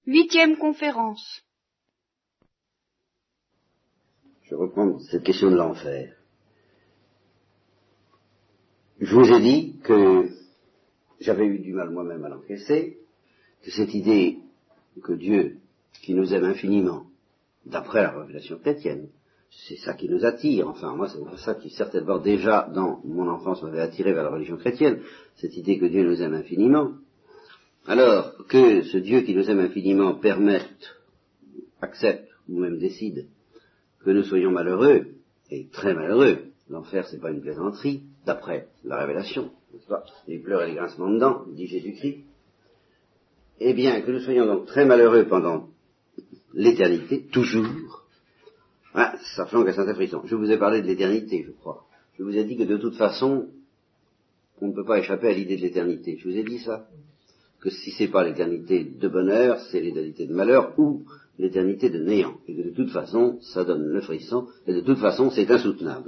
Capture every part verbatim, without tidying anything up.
Huitième conférence. Je reprends cette question de l'enfer. Je vous ai dit que j'avais eu du mal moi-même à l'encaisser, que cette idée que Dieu, qui nous aime infiniment, d'après la révélation chrétienne, c'est ça qui nous attire. Enfin, moi, c'est ça qui, certainement, déjà, dans mon enfance, m'avait attiré vers la religion chrétienne, cette idée que Dieu nous aime infiniment. Alors, que ce Dieu qui nous aime infiniment permette, accepte, ou même décide, que nous soyons malheureux, et très malheureux, l'enfer, c'est pas une plaisanterie, d'après la révélation, n'est-ce pas, les pleurs et les grincements de dents, dit Jésus-Christ, eh bien, que nous soyons donc très malheureux pendant l'éternité, toujours, ah, ça flanque un certain frisson. Je vous ai parlé de l'éternité, je crois. Je vous ai dit que de toute façon, on ne peut pas échapper à l'idée de l'éternité. Je vous ai dit ça, que si c'est pas l'éternité de bonheur, c'est l'éternité de malheur ou l'éternité de néant, et que de toute façon, ça donne le frisson, et de toute façon, c'est insoutenable.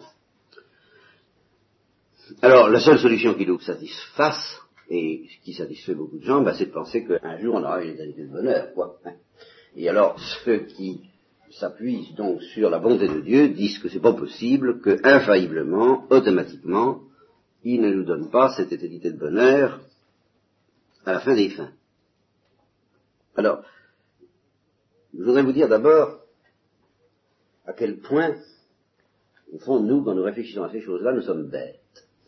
Alors, la seule solution qui nous satisfasse, et qui satisfait beaucoup de gens, bah, c'est de penser qu'un jour on aura une éternité de bonheur, quoi. Et alors, ceux qui s'appuient donc sur la bonté de Dieu disent que c'est pas possible, que infailliblement, automatiquement, il ne nous donne pas cette éternité de bonheur à la fin des fins. Alors, je voudrais vous dire d'abord à quel point, au fond, nous, quand nous réfléchissons à ces choses-là, nous sommes bêtes.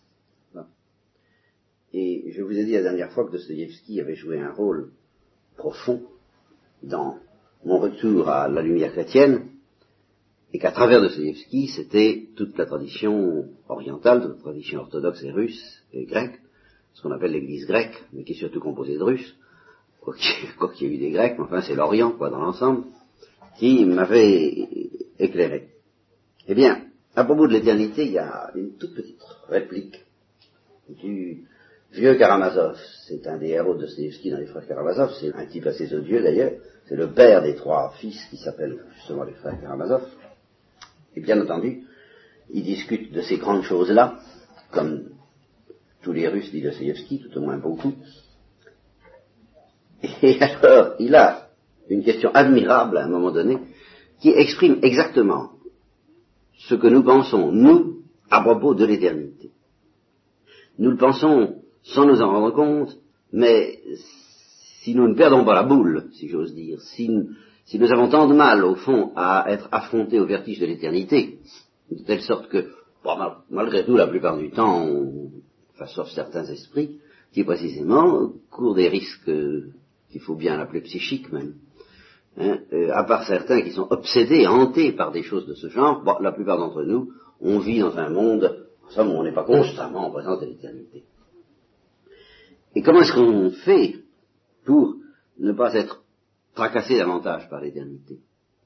Et je vous ai dit la dernière fois que Dostoïevski avait joué un rôle profond dans mon retour à la lumière chrétienne, et qu'à travers Dostoïevski, c'était toute la tradition orientale, toute la tradition orthodoxe et russe et grecque, ce qu'on appelle l'église grecque, mais qui est surtout composée de Russes, quoi qu'il y ait eu des Grecs, mais enfin c'est l'Orient, quoi, dans l'ensemble, qui m'avait éclairé. Eh bien, à propos de l'éternité, il y a une toute petite réplique du vieux Karamazov. C'est un des héros de Dostoïevski dans les frères Karamazov, c'est un type assez odieux d'ailleurs, c'est le père des trois fils qui s'appellent justement les frères Karamazov. Et bien entendu, ils discutent de ces grandes choses-là, comme tous les Russes, dit Dostoïevski, tout au moins beaucoup. Et alors, il a une question admirable à un moment donné, qui exprime exactement ce que nous pensons, nous, à propos de l'éternité. Nous le pensons sans nous en rendre compte, mais si nous ne perdons pas la boule, si j'ose dire, si, si nous avons tant de mal, au fond, à être affrontés au vertige de l'éternité, de telle sorte que, bon, malgré tout, la plupart du temps, on, enfin, sauf certains esprits, qui précisément courent des risques euh, qu'il faut bien l'appeler psychiques même, hein, euh, à part certains qui sont obsédés, hantés par des choses de ce genre, bon, la plupart d'entre nous, on vit dans un monde, en somme, où on n'est pas constamment en présence de l'éternité. Et comment est-ce qu'on fait pour ne pas être tracassé davantage par l'éternité?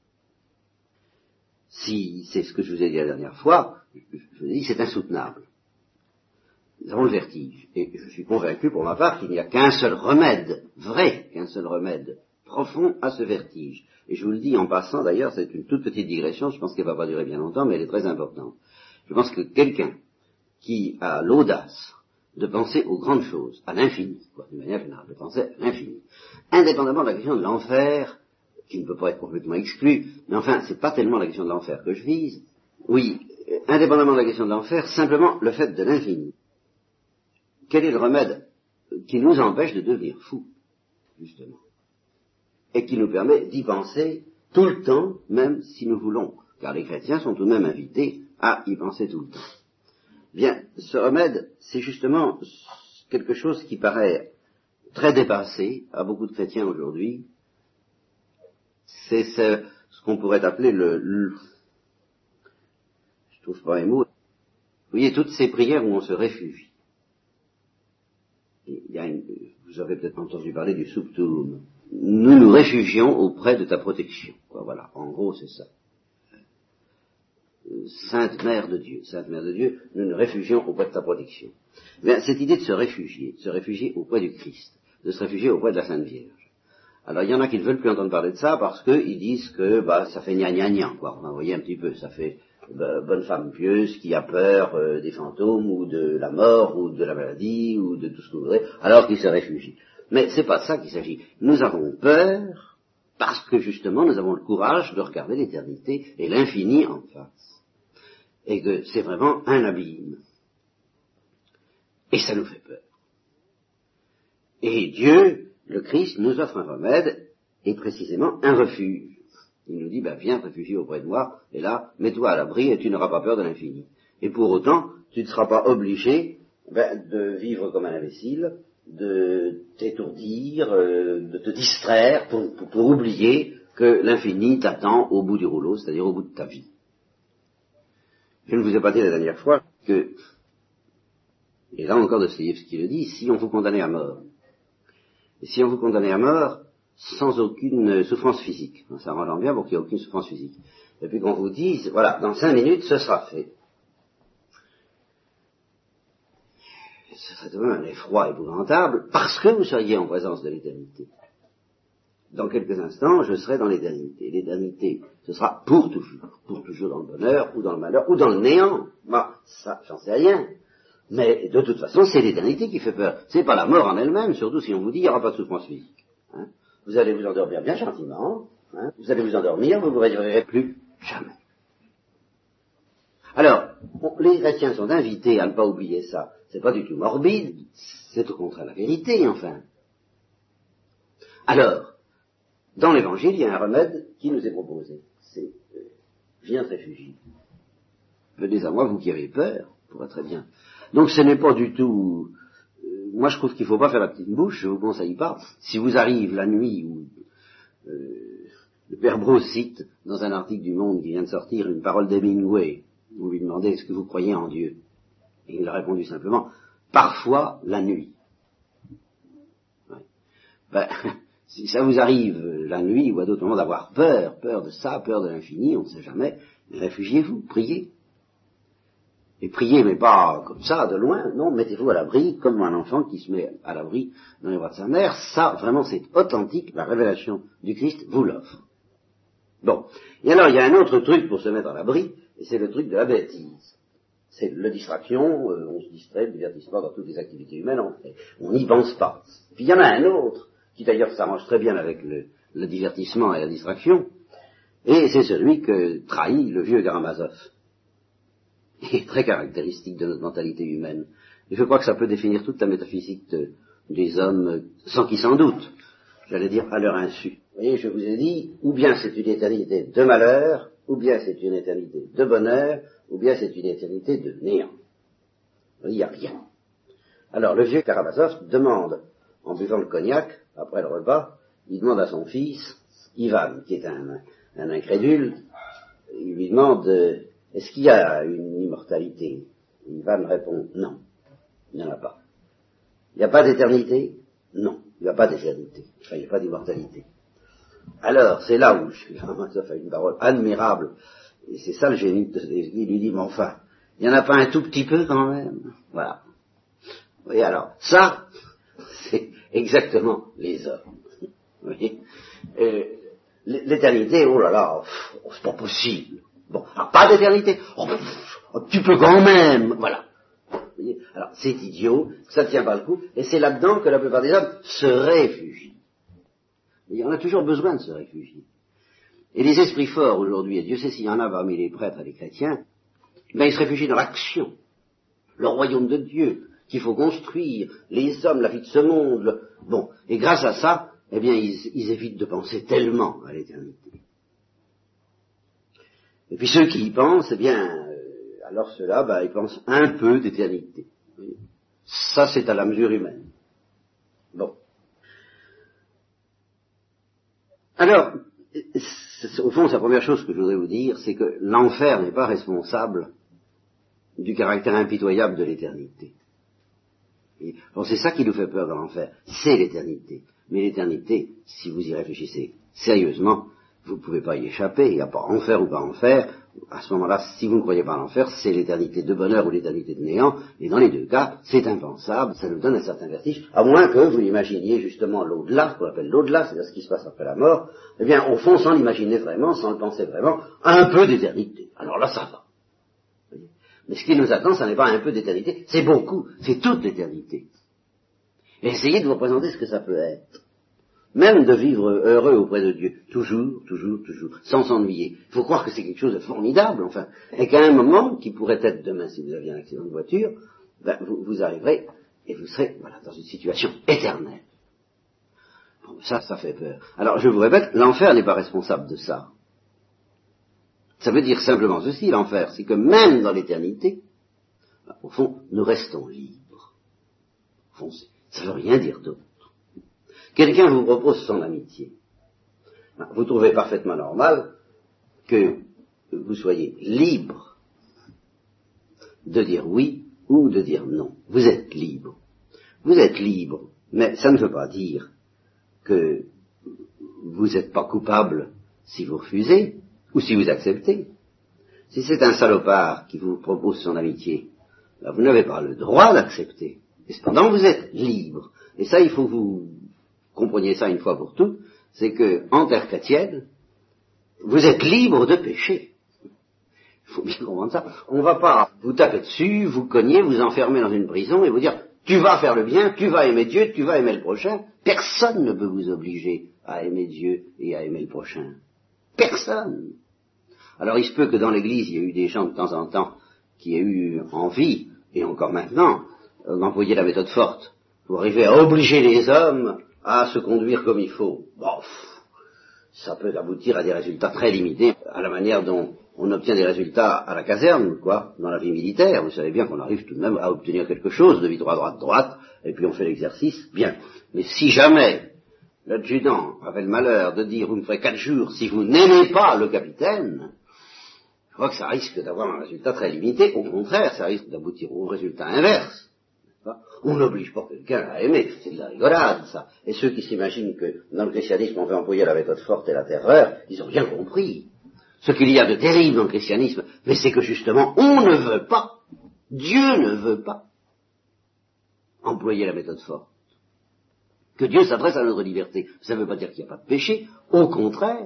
Si c'est ce que je vous ai dit la dernière fois, je vous ai dit que c'est insoutenable. Nous avons le vertige. Et je suis convaincu pour ma part qu'il n'y a qu'un seul remède, vrai, qu'un seul remède profond à ce vertige. Et je vous le dis en passant, d'ailleurs, c'est une toute petite digression, je pense qu'elle ne va pas durer bien longtemps, mais elle est très importante. Je pense que quelqu'un qui a l'audace de penser aux grandes choses, à l'infini, quoi, d'une manière générale, de penser à l'infini, indépendamment de la question de l'enfer, qui ne peut pas être complètement exclue, mais enfin, c'est pas tellement la question de l'enfer que je vise, oui, indépendamment de la question de l'enfer, simplement le fait de l'infini. Quel est le remède qui nous empêche de devenir fous, justement, et qui nous permet d'y penser tout le temps, même si nous voulons, car les chrétiens sont tout de même invités à y penser tout le temps. Bien, ce remède, c'est justement quelque chose qui paraît très dépassé à beaucoup de chrétiens aujourd'hui. C'est ce, ce qu'on pourrait appeler le, le... Je trouve pas les mots. Vous voyez, toutes ces prières où on se réfugie. Il y a une, vous avez peut-être entendu parler du Subtum. Nous nous réfugions auprès de ta protection. Voilà, en gros, c'est ça. Sainte Mère de Dieu, Sainte Mère de Dieu, nous nous réfugions auprès de ta protection. Bien, cette idée de se réfugier, de se réfugier auprès du Christ, de se réfugier auprès de la Sainte Vierge. Alors, il y en a qui ne veulent plus entendre parler de ça parce qu'ils disent que, bah, ça fait gna gna gna, quoi. Vous voyez un petit peu, ça fait bah, bonne femme pieuse qui a peur euh, des fantômes ou de la mort ou de la maladie ou de tout ce que vous voudrez, alors qu'il se réfugie. Mais c'est pas de ça qu'il s'agit. Nous avons peur parce que justement nous avons le courage de regarder l'éternité et l'infini en face. Et que c'est vraiment un abîme. Et ça nous fait peur. Et Dieu, le Christ, nous offre un remède, et précisément un refuge. Il nous dit, ben viens te réfugier auprès de moi, et là, mets-toi à l'abri, et tu n'auras pas peur de l'infini. Et pour autant, tu ne seras pas obligé ben, de vivre comme un imbécile, de t'étourdir, euh, de te distraire, pour, pour, pour oublier que l'infini t'attend au bout du rouleau, c'est-à-dire au bout de ta vie. Je ne vous ai pas dit la dernière fois que, et là encore Dostoïevski le dit, si on vous condamnait à mort, et si on vous condamnait à mort sans aucune souffrance physique, ça s'arrange bien pour qu'il n'y ait aucune souffrance physique, et puis qu'on vous dise, voilà, dans cinq minutes ce sera fait, ce serait tout de même un effroi épouvantable, parce que vous seriez en présence de l'éternité. Dans quelques instants, je serai dans l'éternité. L'éternité, ce sera pour toujours. Pour toujours dans le bonheur, ou dans le malheur, ou dans le néant. Moi, ça, j'en sais rien. Mais de toute façon, c'est l'éternité qui fait peur. C'est pas la mort en elle-même, surtout si on vous dit qu'il n'y aura pas de souffrance physique. Hein. Vous allez vous endormir bien gentiment. Hein. Vous allez vous endormir, vous ne vous réveillerez plus jamais. Alors, bon, les chrétiens sont invités à ne pas oublier ça. C'est pas du tout morbide, c'est au contraire la vérité, enfin. Alors, dans l'Évangile, il y a un remède qui nous est proposé. C'est euh, viens te réfugier. Venez à moi, vous qui avez peur, pour être très bien. Donc ce n'est pas du tout. Euh, moi, je trouve qu'il ne faut pas faire la petite bouche. Je vous conseille pas. Si vous arrive la nuit où euh, le père Bros cite dans un article du Monde qui vient de sortir une parole d'Hemingway, vous lui demandez est-ce que vous croyez en Dieu, et il a répondu simplement parfois la nuit. Ouais. Ben, si ça vous arrive la nuit ou à d'autres moments d'avoir peur, peur de ça, peur de l'infini, on ne sait jamais, réfugiez-vous, priez. Et priez, mais pas comme ça, de loin, non, mettez-vous à l'abri, comme un enfant qui se met à l'abri dans les bras de sa mère. Ça, vraiment, c'est authentique, la révélation du Christ vous l'offre. Bon. Et alors, il y a un autre truc pour se mettre à l'abri, et c'est le truc de la bêtise. C'est la distraction, euh, on se distrait, le divertissement dans toutes les activités humaines, on fait, on n'y pense pas. Puis il y en a un autre, qui d'ailleurs s'arrange très bien avec le, le divertissement et la distraction, et c'est celui que trahit le vieux Karamazov. Il est très caractéristique de notre mentalité humaine. Et je crois que ça peut définir toute la métaphysique de, des hommes, sans qu'ils s'en doutent, j'allais dire à leur insu. Vous voyez, je vous ai dit, ou bien c'est une éternité de malheur, ou bien c'est une éternité de bonheur, ou bien c'est une éternité de néant. Il n'y a rien. Alors le vieux Karamazov demande, en buvant le cognac, après le repas, il demande à son fils, Ivan, qui est un, un incrédule, il lui demande, euh, est-ce qu'il y a une immortalité? Ivan répond, non, il n'y en a pas. Il n'y a pas d'éternité? Non, il n'y a pas d'éternité. Enfin, il n'y a pas d'immortalité. Alors, c'est là où Karamazov a une parole admirable, et c'est ça le génie de Dostoïevski, il lui dit, mais enfin, il n'y en a pas un tout petit peu quand même? Voilà. Et alors, ça, c'est exactement les hommes. Vous voyez, euh, l'éternité, oh là là, oh, c'est pas possible. Bon, alors pas d'éternité, oh, oh, tu peux quand même, voilà. Vous voyez, alors c'est idiot, ça ne tient pas le coup, et c'est là-dedans que la plupart des hommes se réfugient. Et on a toujours besoin de se réfugier. Et les esprits forts aujourd'hui, et Dieu sait s'il y en a parmi les prêtres et les chrétiens, ben ils se réfugient dans l'action, le royaume de Dieu, qu'il faut construire, les hommes, la vie de ce monde, le... bon, et grâce à ça, eh bien, ils, ils évitent de penser tellement à l'éternité. Et puis ceux qui y pensent, eh bien, euh, alors ceux-là, ben, ils pensent un peu d'éternité. Ça, c'est à la mesure humaine. Bon. Alors, au fond, c'est la première chose que je voudrais vous dire, c'est que l'enfer n'est pas responsable du caractère impitoyable de l'éternité. Bon, c'est ça qui nous fait peur dans l'enfer, c'est l'éternité. Mais l'éternité, si vous y réfléchissez sérieusement, vous ne pouvez pas y échapper, il n'y a pas enfer ou pas enfer. À ce moment-là, si vous ne croyez pas à l'enfer, c'est l'éternité de bonheur ou l'éternité de néant, et dans les deux cas, c'est impensable, ça nous donne un certain vertige, à moins que vous imaginiez justement l'au-delà, ce qu'on appelle l'au-delà, c'est-à-dire ce qui se passe après la mort, eh bien, au fond, sans l'imaginer vraiment, sans le penser vraiment, un peu d'éternité. Alors là, ça va. Mais ce qui nous attend, ça n'est pas un peu d'éternité, c'est beaucoup, c'est toute l'éternité. Et essayez de vous représenter ce que ça peut être. même de vivre heureux auprès de Dieu, toujours, toujours, toujours, sans s'ennuyer. Il faut croire que c'est quelque chose de formidable, enfin, et qu'à un moment, qui pourrait être demain si vous aviez un accident de voiture, ben, vous, vous arriverez et vous serez, voilà, dans une situation éternelle. Bon, ça, ça fait peur. Alors, je vous répète, l'enfer n'est pas responsable de ça. Ça veut dire simplement ceci, l'enfer, c'est que même dans l'éternité, ben, au fond, nous restons libres. Au fond, ça ne veut rien dire d'autre. Quelqu'un vous propose son amitié. Vous trouvez parfaitement normal que vous soyez libre de dire oui ou de dire non. Vous êtes libre. Vous êtes libre, mais ça ne veut pas dire que vous n'êtes pas coupable si vous refusez ou si vous acceptez. Si c'est un salopard qui vous propose son amitié, là, vous n'avez pas le droit d'accepter. Et cependant, vous êtes libre. Et ça, il faut que vous compreniez ça une fois pour toutes, c'est que, en terre chrétienne, vous êtes libre de pécher. Il faut bien comprendre ça. On ne va pas vous taper dessus, vous cogner, vous enfermer dans une prison et vous dire, tu vas faire le bien, tu vas aimer Dieu, tu vas aimer le prochain. Personne ne peut vous obliger à aimer Dieu et à aimer le prochain. Personne. Alors il se peut que dans l'Église, il y ait eu des gens de temps en temps qui aient eu envie, et encore maintenant, d'employer la méthode forte pour arriver à obliger les hommes à se conduire comme il faut. Bon, ça peut aboutir à des résultats très limités, à la manière dont on obtient des résultats à la caserne, quoi, dans la vie militaire. Vous savez bien qu'on arrive tout de même à obtenir quelque chose de vie droite, droite, droite, et puis on fait l'exercice, bien. Mais si jamais l'adjudant avait le malheur de dire, vous me ferez quatre jours si vous n'aimez pas le capitaine, je crois que ça risque d'avoir un résultat très limité. Au contraire, ça risque d'aboutir au résultat inverse. On n'oblige pas quelqu'un à aimer, c'est de la rigolade, ça. Et ceux qui s'imaginent que dans le christianisme on veut employer la méthode forte et la terreur, ils ont bien compris. Ce qu'il y a de terrible dans le christianisme, mais c'est que justement, on ne veut pas, Dieu ne veut pas employer la méthode forte. Que Dieu s'adresse à notre liberté. Ça ne veut pas dire qu'il n'y a pas de péché, au contraire.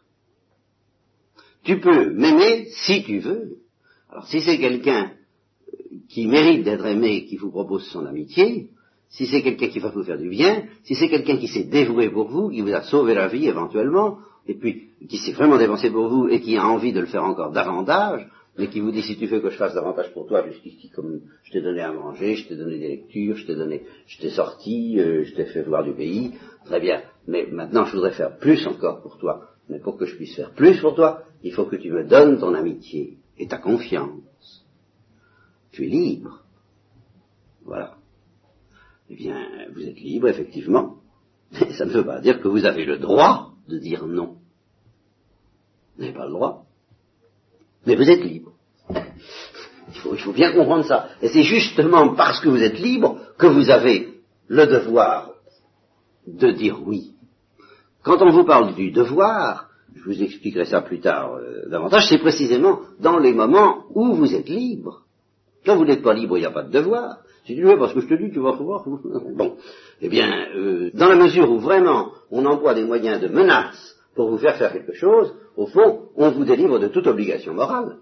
Tu peux m'aimer si tu veux. Alors si c'est quelqu'un qui mérite d'être aimé, qui vous propose son amitié, si c'est quelqu'un qui va vous faire du bien, si c'est quelqu'un qui s'est dévoué pour vous, qui vous a sauvé la vie éventuellement, et puis qui s'est vraiment dépensé pour vous et qui a envie de le faire encore davantage, mais qui vous dit si tu veux que je fasse davantage pour toi, jusqu'ici comme je t'ai donné à manger, je t'ai donné des lectures, je t'ai donné, je t'ai sorti, euh, je t'ai fait voir du pays, très bien, mais maintenant je voudrais faire plus encore pour toi. Mais pour que je puisse faire plus pour toi, il faut que tu me donnes ton amitié et ta confiance. Tu es libre. Voilà. Eh bien, vous êtes libre, effectivement. Mais ça ne veut pas dire que vous avez le droit de dire non. Vous n'avez pas le droit. Mais vous êtes libre. Il faut, il faut bien comprendre ça. Et c'est justement parce que vous êtes libre que vous avez le devoir de dire oui. Quand on vous parle du devoir, je vous expliquerai ça plus tard euh, davantage, c'est précisément dans les moments où vous êtes libre. Quand vous n'êtes pas libre, il n'y a pas de devoir. Si tu veux, parce que je te dis, tu vas voir. Bon, eh bien, euh, dans la mesure où vraiment on emploie des moyens de menace pour vous faire faire quelque chose, au fond, on vous délivre de toute obligation morale.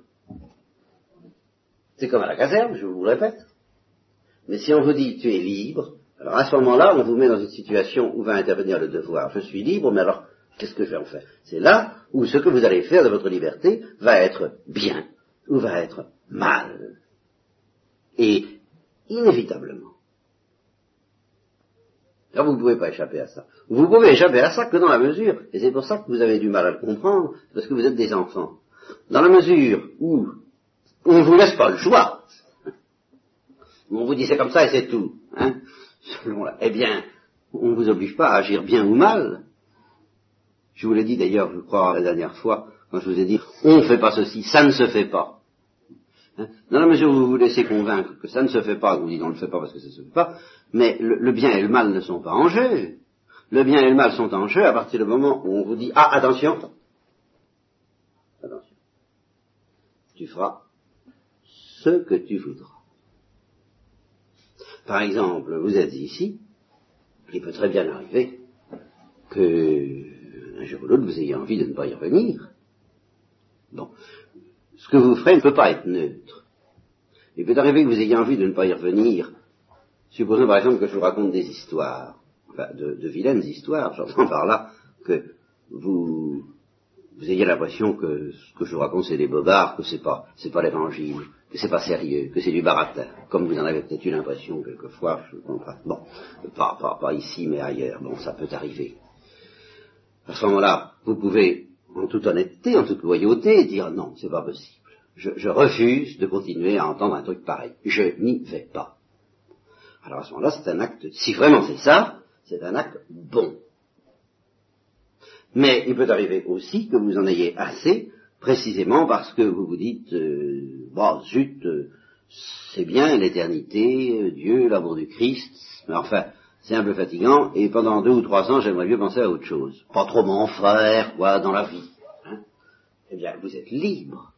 C'est comme à la caserne, je vous le répète. Mais si on vous dit, tu es libre, alors à ce moment-là, on vous met dans une situation où va intervenir le devoir. Je suis libre, mais alors, qu'est-ce que je vais en faire? C'est là où ce que vous allez faire de votre liberté va être bien ou va être mal. Et inévitablement. Alors vous ne pouvez pas échapper à ça. Vous pouvez échapper à ça que dans la mesure, et c'est pour ça que vous avez du mal à le comprendre, parce que vous êtes des enfants, dans la mesure où on ne vous laisse pas le choix, on vous dit c'est comme ça et c'est tout, hein, selon la, eh bien, on ne vous oblige pas à agir bien ou mal. Je vous l'ai dit d'ailleurs, je crois, la dernière fois, quand je vous ai dit, on ne fait pas ceci, ça ne se fait pas. Dans la mesure où vous vous laissez convaincre que ça ne se fait pas, vous dites on ne le fait pas parce que ça ne se fait pas, mais le, le bien et le mal ne sont pas en jeu. Le bien et le mal sont en jeu à partir du moment où on vous dit, ah, attention, attention, tu feras ce que tu voudras. Par exemple, vous êtes ici, il peut très bien arriver que un jour ou l'autre vous ayez envie de ne pas y revenir. Bon. Ce que vous ferez ne peut pas être neutre. Il peut arriver que vous ayez envie de ne pas y revenir. Supposons par exemple que je vous raconte des histoires. enfin, de, de vilaines histoires. J'entends par là que vous, vous ayez l'impression que ce que je vous raconte c'est des bobards, que c'est pas, c'est pas l'évangile, que c'est pas sérieux, que c'est du baratin. Comme vous en avez peut-être eu l'impression quelquefois, je comprends. Bon, pas, pas, pas ici mais ailleurs. Bon, ça peut arriver. À ce moment-là, vous pouvez, en toute honnêteté, en toute loyauté, dire non, c'est pas possible. Je, je refuse de continuer à entendre un truc pareil. Je n'y vais pas. Alors à ce moment-là, c'est un acte, si vraiment c'est ça, c'est un acte bon. Mais il peut arriver aussi que vous en ayez assez, précisément parce que vous vous dites, euh, bon, zut, euh, c'est bien l'éternité, euh, Dieu, l'amour du Christ, mais enfin, c'est un peu fatigant, et pendant deux ou trois ans, j'aimerais mieux penser à autre chose. Pas trop mon frère, quoi, dans la vie. Hein. Eh bien, vous êtes libre.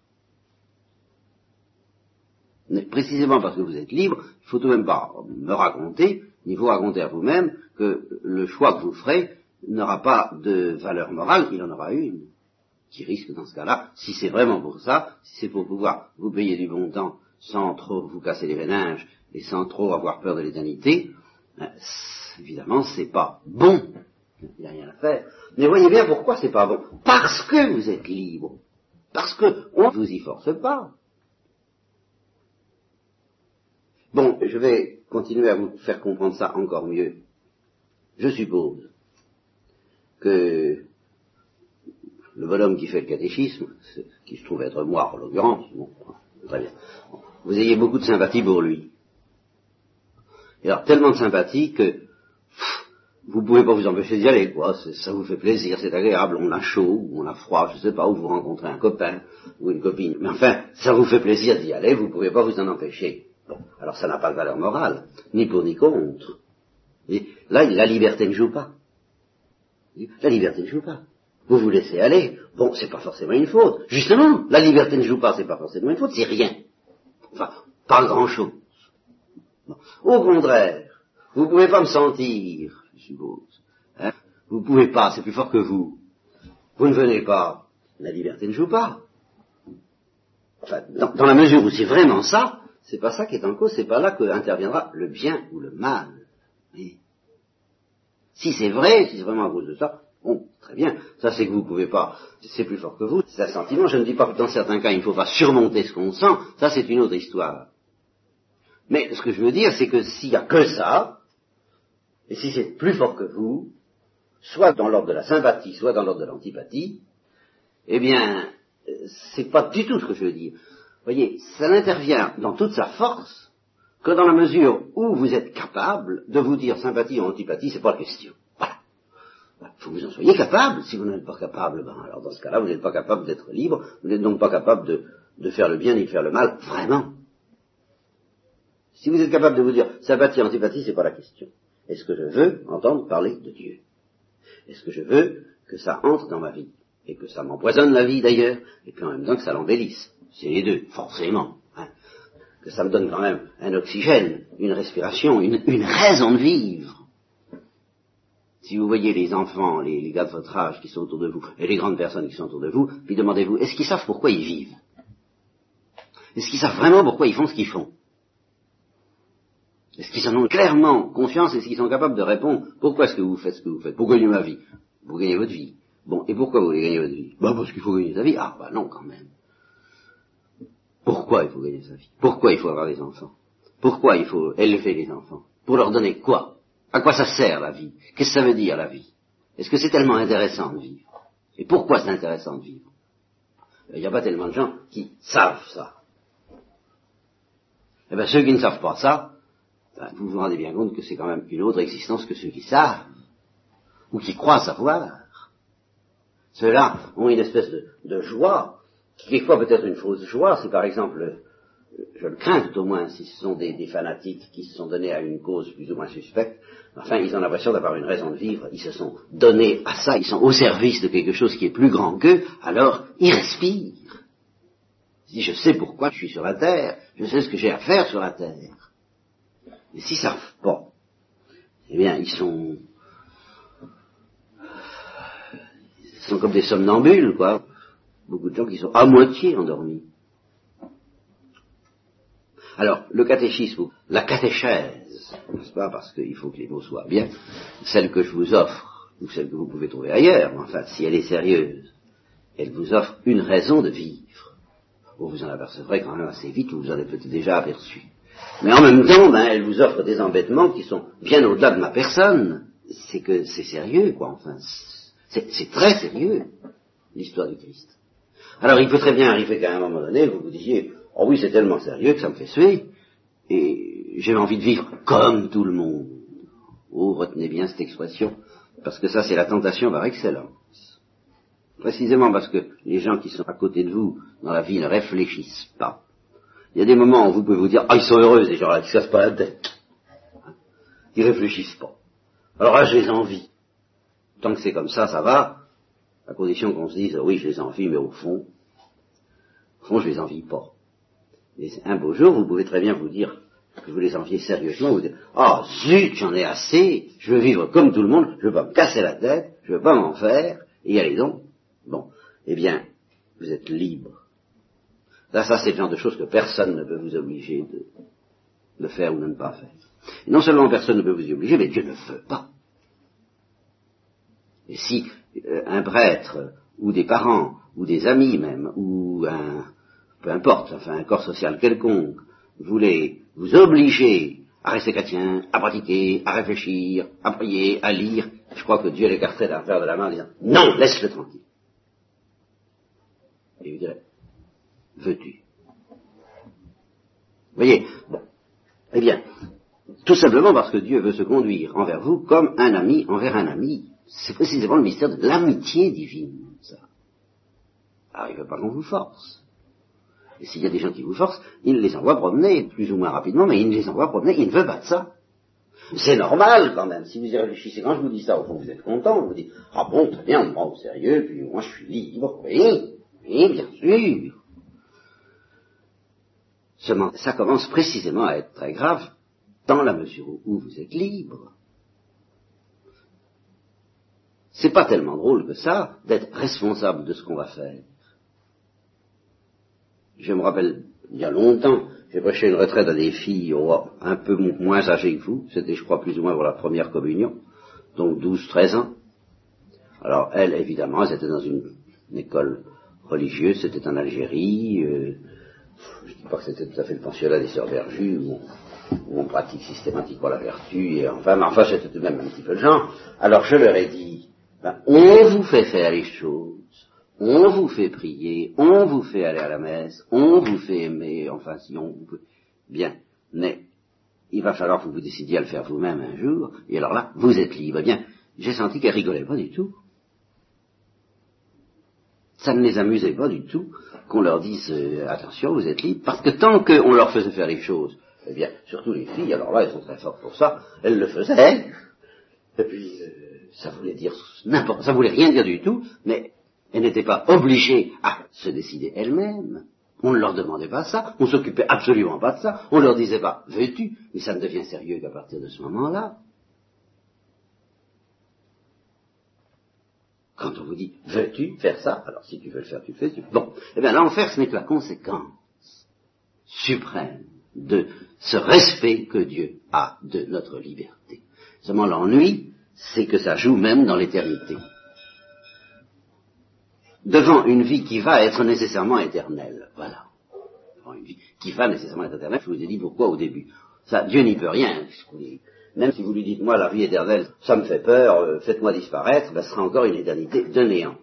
Mais précisément parce que vous êtes libre, il ne faut tout de même pas me raconter, il faut raconter à vous-même que le choix que vous ferez n'aura pas de valeur morale, il en aura une, qui risque dans ce cas-là, si c'est vraiment pour ça, si c'est pour pouvoir vous payer du bon temps sans trop vous casser les véninges et sans trop avoir peur de l'éternité, ben, évidemment c'est pas bon, il n'y a rien à faire. Mais voyez bien pourquoi c'est pas bon. Parce que vous êtes libre, parce qu'on ne vous y force pas. Bon, je vais continuer à vous faire comprendre ça encore mieux. Je suppose que le bonhomme qui fait le catéchisme, qui se trouve être moi en l'occurrence, bon, très bien, vous ayez beaucoup de sympathie pour lui. Et alors tellement de sympathie que pff, vous pouvez pas vous empêcher d'y aller, quoi. Ça vous fait plaisir, c'est agréable, on a chaud, ou on a froid, je sais pas, ou vous rencontrez un copain ou une copine. Mais enfin, ça vous fait plaisir d'y aller, vous pouvez pas vous en empêcher. Bon, alors ça n'a pas de valeur morale, ni pour ni contre. Et là, la liberté ne joue pas. La liberté ne joue pas. Vous vous laissez aller, bon, c'est pas forcément une faute. Justement, la liberté ne joue pas, c'est pas forcément une faute, c'est rien. Enfin, pas grand-chose. Bon. Au contraire, vous pouvez pas me sentir, je suppose. Hein, vous pouvez pas, c'est plus fort que vous. Vous ne venez pas, la liberté ne joue pas. Enfin, dans, dans la mesure où c'est vraiment ça, c'est pas ça qui est en cause, c'est pas là que interviendra le bien ou le mal. Oui. Si c'est vrai, si c'est vraiment à cause de ça, bon, très bien, ça c'est que vous pouvez pas, c'est plus fort que vous, c'est un sentiment, je ne dis pas que dans certains cas il ne faut pas surmonter ce qu'on sent, ça c'est une autre histoire. Mais ce que je veux dire, c'est que s'il n'y a que ça, et si c'est plus fort que vous, soit dans l'ordre de la sympathie, soit dans l'ordre de l'antipathie, eh bien, c'est pas du tout ce que je veux dire. Vous voyez, ça n'intervient dans toute sa force que dans la mesure où vous êtes capable de vous dire sympathie ou antipathie, c'est pas la question. Voilà. Il faut que vous en soyez capable. Si vous n'êtes pas capable, ben alors dans ce cas-là, vous n'êtes pas capable d'être libre, vous n'êtes donc pas capable de, de faire le bien ni de faire le mal, vraiment. Si vous êtes capable de vous dire sympathie, antipathie, c'est pas la question. Est-ce que je veux entendre parler de Dieu? Est-ce que je veux que ça entre dans ma vie? Et que ça m'empoisonne la vie d'ailleurs, et puis en même temps que ça l'embellisse. C'est les deux, forcément. Hein. Que ça me donne quand même un oxygène, une respiration, une, une raison de vivre. Si vous voyez les enfants, les, les gars de votre âge qui sont autour de vous, et les grandes personnes qui sont autour de vous, puis demandez-vous, est-ce qu'ils savent pourquoi ils vivent? Est-ce qu'ils savent vraiment pourquoi ils font ce qu'ils font? Est-ce qu'ils en ont clairement conscience? Est-ce qu'ils sont capables de répondre, pourquoi est-ce que vous faites ce que vous faites? Pour gagner ma vie. Pour gagner votre vie. Bon, et pourquoi vous voulez gagner votre vie? Bah parce qu'il faut gagner sa vie. Ah bah non quand même. Pourquoi il faut gagner sa vie? Pourquoi il faut avoir des enfants? Pourquoi il faut élever les enfants? Pour leur donner quoi? À quoi ça sert la vie? Qu'est-ce que ça veut dire la vie? Est-ce que c'est tellement intéressant de vivre? Et pourquoi c'est intéressant de vivre? Il n'y a pas tellement de gens qui savent ça. Eh bien ceux qui ne savent pas ça, ben, vous vous rendez bien compte que c'est quand même une autre existence que ceux qui savent, ou qui croient savoir. Ceux-là ont une espèce de, de joie, qui quelquefois peut être une fausse joie, si par exemple, je le crains tout au moins, si ce sont des, des fanatiques qui se sont donnés à une cause plus ou moins suspecte, enfin ils ont l'impression d'avoir une raison de vivre, ils se sont donnés à ça, ils sont au service de quelque chose qui est plus grand qu'eux, alors ils respirent. Si je sais pourquoi je suis sur la terre, je sais ce que j'ai à faire sur la terre. Et s'ils savent pas, eh bien ils sont... Ils sont comme des somnambules, quoi. Beaucoup de gens qui sont à moitié endormis. Alors, le catéchisme, la catéchèse, n'est-ce pas, parce qu'il faut que les mots soient bien, celle que je vous offre, ou celle que vous pouvez trouver ailleurs, mais enfin, si elle est sérieuse, elle vous offre une raison de vivre. Vous vous en apercevrez quand même assez vite, vous vous en avez peut-être déjà aperçu. Mais en même temps, ben, elle vous offre des embêtements qui sont bien au-delà de ma personne. C'est que c'est sérieux, quoi, enfin, c'est, c'est très sérieux, l'histoire du Christ. Alors, il peut très bien arriver qu'à un moment donné, vous vous disiez, oh oui, c'est tellement sérieux que ça me fait suer, et j'ai envie de vivre comme tout le monde. Oh, retenez bien cette expression, parce que ça, c'est la tentation par excellence. Précisément parce que les gens qui sont à côté de vous dans la vie ne réfléchissent pas. Il y a des moments où vous pouvez vous dire, ah, ils sont heureux, ces gens-là, qui ne se cassent pas la tête. Ils réfléchissent pas. Alors là, je les envie. Tant que c'est comme ça, ça va, à condition qu'on se dise, oui, je les envie, mais au fond, au fond, je les envie pas. Et un beau jour, vous pouvez très bien vous dire que vous les enviez sérieusement, vous dire, ah, zut, j'en ai assez, je veux vivre comme tout le monde, je veux pas me casser la tête, je veux pas m'en faire, et allez donc. Bon, eh bien, vous êtes libre. Là, ça, c'est le genre de choses que personne ne peut vous obliger de, de faire ou de ne pas faire. Et non seulement personne ne peut vous y obliger, mais Dieu ne veut pas. Et si euh, un prêtre, ou des parents, ou des amis même, ou un, peu importe, enfin un corps social quelconque, voulait vous obliger à rester chrétien, à pratiquer, à réfléchir, à prier, à lire, je crois que Dieu l'écarterait d'un revers de la main en disant, non, laisse-le tranquille. Et il dirait, veux-tu? Vous voyez, bon, eh bien, tout simplement parce que Dieu veut se conduire envers vous comme un ami envers un ami. C'est précisément le mystère de l'amitié divine, ça. Alors il ne veut pas qu'on vous force. Et s'il y a des gens qui vous forcent, il les envoie promener, plus ou moins rapidement, mais il les envoie promener, il ne veut pas de ça. C'est normal quand même, si vous y réfléchissez, quand je vous dis ça, au fond vous êtes content, vous vous dites, ah bon, très bien, on me prend au sérieux, puis moi je suis libre, oui, oui, bien sûr. Seulement, ça commence précisément à être très grave, dans la mesure où vous êtes libre. C'est pas tellement drôle que ça, d'être responsable de ce qu'on va faire. Je me rappelle, il y a longtemps, j'ai prêché une retraite à des filles oh, un peu moins âgées que vous, c'était je crois plus ou moins pour la première communion, donc douze treize ans. Alors elles, évidemment, elles étaient dans une, une école religieuse, c'était en Algérie, euh, je ne dis pas que c'était tout à fait le pensionnat des sœurs Verjus, où on, où on pratique systématiquement la vertu, et enfin, mais enfin c'était tout de même un petit peu le genre. Alors je leur ai dit, ben, on vous fait faire les choses, on vous fait prier, on vous fait aller à la messe, on vous fait aimer, enfin si on vous peut... Bien, mais il va falloir que vous vous décidiez à le faire vous-même un jour, et alors là, vous êtes libre. Eh bien, j'ai senti qu'elles rigolaient pas du tout. Ça ne les amusait pas du tout qu'on leur dise euh, attention, vous êtes libre, parce que tant qu'on leur faisait faire les choses, eh bien, surtout les filles, alors là, elles sont très fortes pour ça, elles le faisaient, et puis euh, ça voulait dire n'importe, ça voulait rien dire du tout, mais elles n'étaient pas obligées à se décider elles-mêmes. On ne leur demandait pas ça, on s'occupait absolument pas de ça, on leur disait pas veux-tu, mais ça ne devient sérieux qu'à partir de ce moment-là. Quand on vous dit veux-tu faire ça, alors si tu veux le faire, tu le fais. Tu... Bon, eh bien l'enfer, ce n'est que la conséquence suprême de ce respect que Dieu a de notre liberté. Seulement l'ennui, c'est que ça joue même dans l'éternité. Devant une vie qui va être nécessairement éternelle, voilà. Devant une vie qui va nécessairement être éternelle, je vous ai dit pourquoi au début. Ça, Dieu n'y peut rien. Même si vous lui dites, moi, la vie éternelle, ça me fait peur, euh, faites-moi disparaître, ben, ce sera encore une éternité de néant.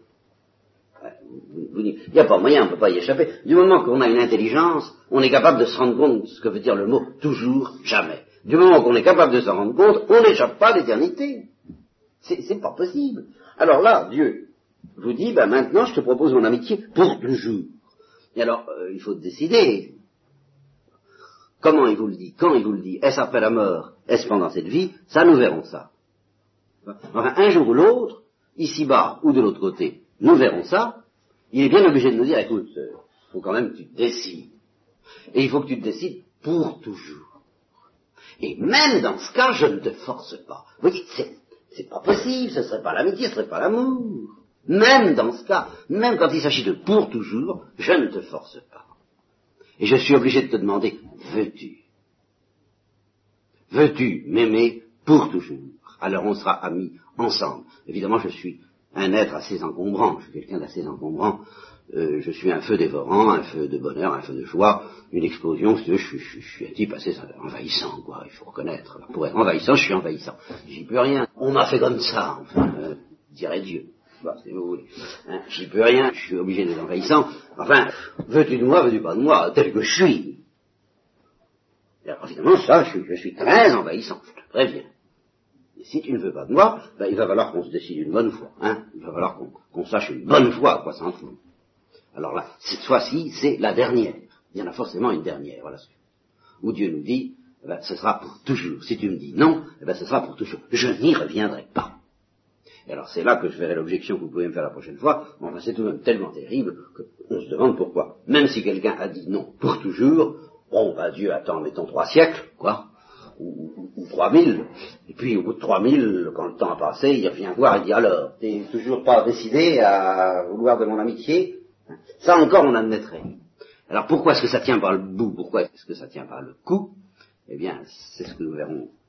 Il n'y a pas moyen, on ne peut pas y échapper. Du moment qu'on a une intelligence, on est capable de se rendre compte de ce que veut dire le mot toujours, jamais. Du moment qu'on est capable de s'en rendre compte, on n'échappe pas à l'éternité. C'est, c'est pas possible. Alors là, Dieu vous dit, ben maintenant je te propose mon amitié pour toujours. Et alors, euh, il faut décider. Comment il vous le dit? Quand il vous le dit? Est-ce après la mort? Est-ce pendant cette vie? Ça, nous verrons ça. Enfin, un jour ou l'autre, ici-bas ou de l'autre côté, nous verrons ça. Il est bien obligé de nous dire, écoute, il faut quand même que tu te décides. Et il faut que tu te décides pour toujours. Et même dans ce cas, je ne te force pas. Vous voyez, c'est, c'est pas possible, ce serait pas l'amitié, ce serait pas l'amour. Même dans ce cas, même quand il s'agit de pour toujours, je ne te force pas. Et je suis obligé de te demander veux-tu Veux-tu m'aimer pour toujours? Alors on sera amis ensemble. Évidemment, je suis un être assez encombrant, je suis quelqu'un d'assez encombrant, euh, je suis un feu dévorant, un feu de bonheur, un feu de joie, une explosion, si tu veux, je, je, je, je suis un type assez envahissant, quoi, il faut reconnaître. Alors, pour être envahissant, je suis envahissant. J'y peux rien. On m'a fait comme ça, enfin, euh, dirait Dieu. Bah, si vous voulez. Hein, j'y peux rien, je suis obligé d'être envahissant. Enfin, veux-tu de moi, veux-tu pas de moi, tel que je suis. Et alors, évidemment, ça, je suis, je suis très envahissant, je te préviens. Et si tu ne veux pas de moi, ben, il va falloir qu'on se décide une bonne fois. Hein, il va falloir qu'on, qu'on sache une bonne fois à quoi s'en fout. Alors là, cette fois-ci, c'est la dernière. Il y en a forcément une dernière, voilà. Où Dieu nous dit, eh ben, ce sera pour toujours. Si tu me dis non, eh ben, ce sera pour toujours. Je n'y reviendrai pas. Et alors c'est là que je verrai l'objection que vous pouvez me faire la prochaine fois. Bon, ben, c'est tout de même tellement terrible qu'on se demande pourquoi. Même si quelqu'un a dit non pour toujours, bon, ben, Dieu attend, mettons, trois siècles, quoi. Ou, ou, ou trois mille, et puis au bout de trois mille, quand le temps a passé, il revient voir et dit alors, t'es toujours pas décidé à vouloir de mon amitié? Ça encore on admettrait. Alors pourquoi est-ce que ça tient par le bout? Pourquoi est-ce que ça tient par le cou? Eh bien, c'est ce que nous verrons